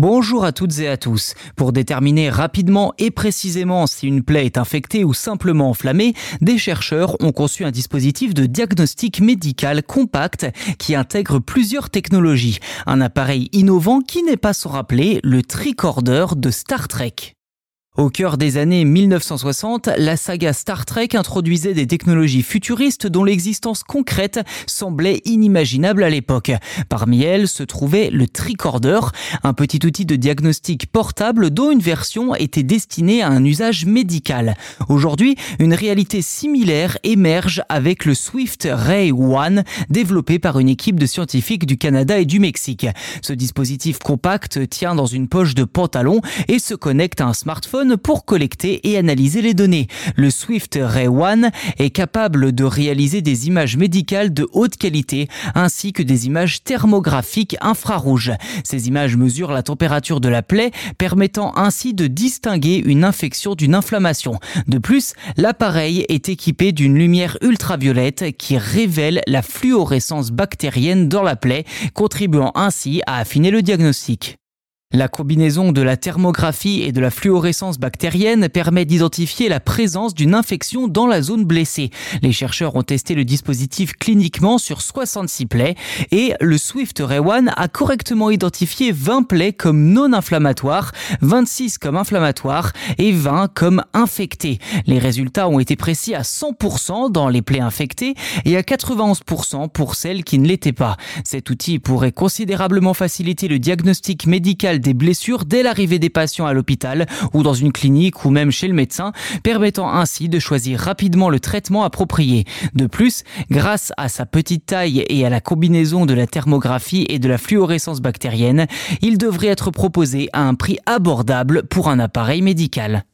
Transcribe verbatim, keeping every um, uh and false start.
Bonjour à toutes et à tous. Pour déterminer rapidement et précisément si une plaie est infectée ou simplement enflammée, des chercheurs ont conçu un dispositif de diagnostic médical compact qui intègre plusieurs technologies. Un appareil innovant qui n'est pas sans rappeler le tricorder de Star Trek. Au cœur des années mille neuf cent soixante, la saga Star Trek introduisait des technologies futuristes dont l'existence concrète semblait inimaginable à l'époque. Parmi elles se trouvait le tricorder, un petit outil de diagnostic portable dont une version était destinée à un usage médical. Aujourd'hui, une réalité similaire émerge avec le Swift Ray One, développé par une équipe de scientifiques du Canada et du Mexique. Ce dispositif compact tient dans une poche de pantalon et se connecte à un smartphone pour collecter et analyser les données. Le Swift Ray One est capable de réaliser des images médicales de haute qualité ainsi que des images thermographiques infrarouges. Ces images mesurent la température de la plaie, permettant ainsi de distinguer une infection d'une inflammation. De plus, l'appareil est équipé d'une lumière ultraviolette qui révèle la fluorescence bactérienne dans la plaie, contribuant ainsi à affiner le diagnostic. La combinaison de la thermographie et de la fluorescence bactérienne permet d'identifier la présence d'une infection dans la zone blessée. Les chercheurs ont testé le dispositif cliniquement sur soixante-six plaies et le Swift Ray One a correctement identifié vingt plaies comme non inflammatoires, vingt-six comme inflammatoires et vingt comme infectées. Les résultats ont été précis à cent pour cent dans les plaies infectées et à quatre-vingt-onze pour cent pour celles qui ne l'étaient pas. Cet outil pourrait considérablement faciliter le diagnostic médical des blessures dès l'arrivée des patients à l'hôpital ou dans une clinique ou même chez le médecin, permettant ainsi de choisir rapidement le traitement approprié. De plus, grâce à sa petite taille et à la combinaison de la thermographie et de la fluorescence bactérienne, il devrait être proposé à un prix abordable pour un appareil médical.